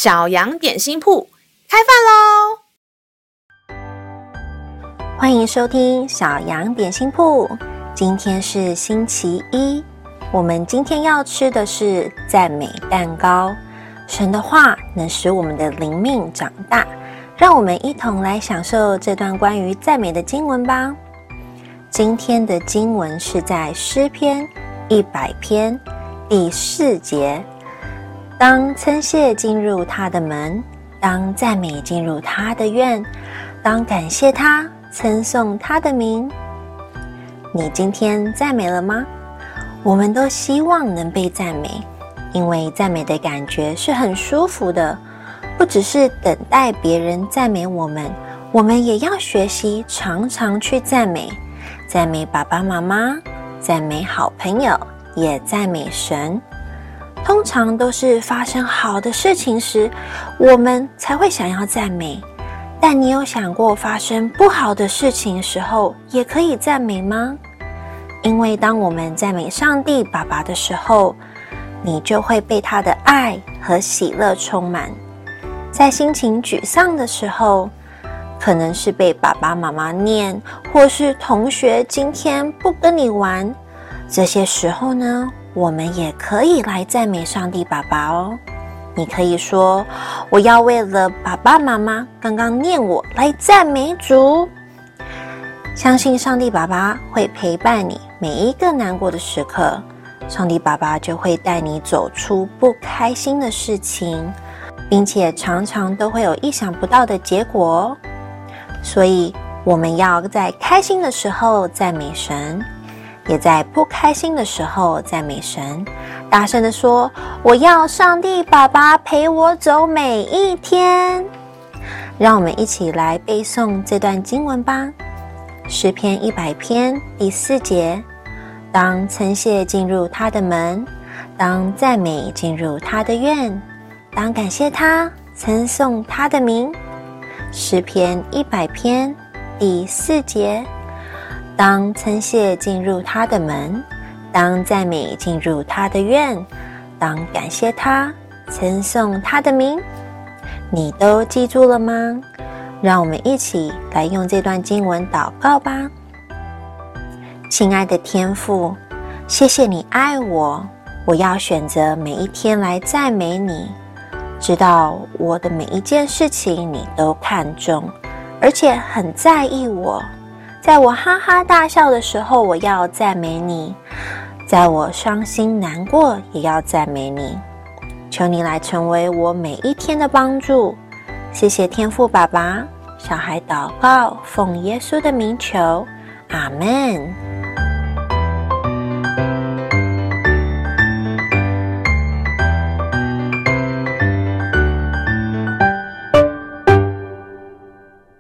小羊点心铺开饭喽！ 欢迎收听小羊点心铺。今天是星期一，我们今天要吃的是赞美蛋糕。神的话能使我们的灵命长大，让我们一同来享受这段关于赞美的经文吧。今天的经文是在诗篇100篇第4节。当称谢进入他的门，当赞美进入他的院，当感谢他，称颂他的名。你今天赞美了吗？我们都希望能被赞美，因为赞美的感觉是很舒服的。不只是等待别人赞美我们，我们也要学习常常去赞美。赞美爸爸妈妈，赞美好朋友，也赞美神。通常都是发生好的事情时，我们才会想要赞美。但你有想过发生不好的事情的时候，也可以赞美吗？因为当我们赞美上帝爸爸的时候，你就会被他的爱和喜乐充满。在心情沮丧的时候，可能是被爸爸妈妈念，或是同学今天不跟你玩，这些时候呢，我们也可以来赞美上帝爸爸哦。你可以说，我要为了爸爸妈妈刚刚念我来赞美主。相信上帝爸爸会陪伴你每一个难过的时刻，上帝爸爸就会带你走出不开心的事情，并且常常都会有意想不到的结果哦。所以我们要在开心的时候赞美神，也在不开心的时候赞美神，大声地说，我要上帝爸爸陪我走每一天。让我们一起来背诵这段经文吧。诗篇100篇第4节，当称谢进入他的门，当赞美进入他的院，当感谢他，称颂他的名。诗篇100篇第4节，当称谢进入他的门，当赞美进入他的院，当感谢他，称颂他的名。你都记住了吗？让我们一起来用这段经文祷告吧。亲爱的天父，谢谢你爱我，我要选择每一天来赞美你，知道我的每一件事情你都看重，而且很在意我。在我哈哈大笑的时候，我要赞美你；在我伤心难过，也要赞美你。求你来成为我每一天的帮助。谢谢天父爸爸，小孩祷告，奉耶稣的名求，阿们。